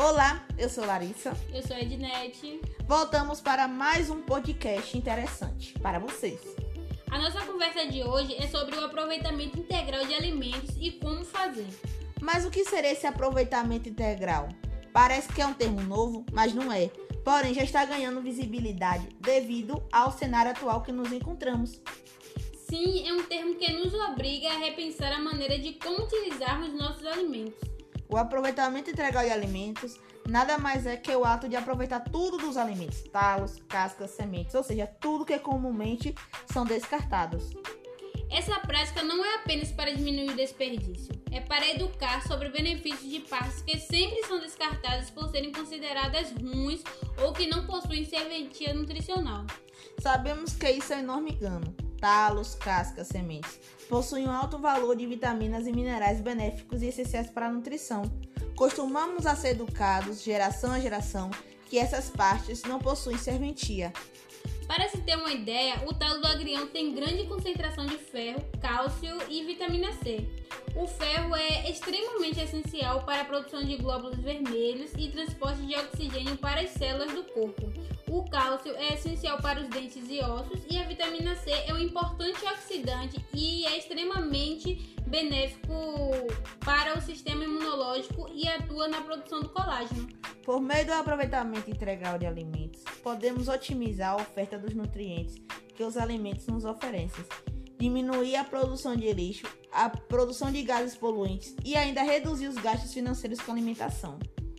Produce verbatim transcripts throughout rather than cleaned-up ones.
Olá, eu sou Larissa. Eu sou Ednete. Voltamos para mais um podcast interessante para vocês. A nossa conversa de hoje é sobre o aproveitamento integral de alimentos e como fazer. Mas o que seria esse aproveitamento integral? Parece que é um termo novo, mas não é. Porém, já está ganhando visibilidade devido ao cenário atual que nos encontramos. Sim, é um termo que nos obriga a repensar a maneira de como utilizarmos nossos alimentos. O aproveitamento integral de alimentos nada mais é que o ato de aproveitar tudo dos alimentos, talos, cascas, sementes, ou seja, tudo que comumente são descartados. Essa prática não é apenas para diminuir o desperdício, é para educar sobre o benefício de partes que sempre são descartadas por serem consideradas ruins ou que não possuem serventia nutricional. Sabemos que isso é um enorme engano. Talos, cascas, sementes possuem um alto valor de vitaminas e minerais benéficos e essenciais para a nutrição. Costumamos a ser educados, geração a geração, que essas partes não possuem serventia. Para se ter uma ideia, o talo do agrião tem grande concentração de ferro, cálcio e vitamina C. O ferro é extremamente essencial para a produção de glóbulos vermelhos e transporte de oxigênio para as células do corpo. O cálcio é essencial para os dentes e ossos e a vitamina C é um importante oxidante e é extremamente benéfico para o sistema imunológico e atua na produção do colágeno. Por meio do aproveitamento integral de alimentos, podemos otimizar a oferta dos nutrientes que os alimentos nos oferecem, diminuir a produção de lixo, a produção de gases poluentes e ainda reduzir os gastos financeiros com alimentação.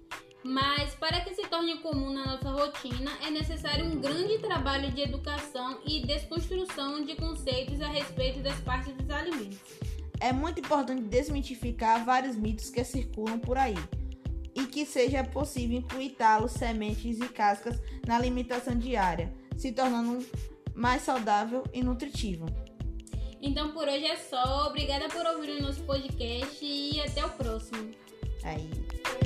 Mas, para que se torne comum na nossa rotina, é necessário um grande trabalho de educação e desconstrução de conceitos a respeito das partes dos alimentos. É muito importante desmitificar vários mitos que circulam por aí e que seja possível incluir talos, sementes e cascas na alimentação diária, se tornando mais saudável e nutritivo. Então, por hoje é só. Obrigada por ouvir o nosso podcast e até o próximo. Aí.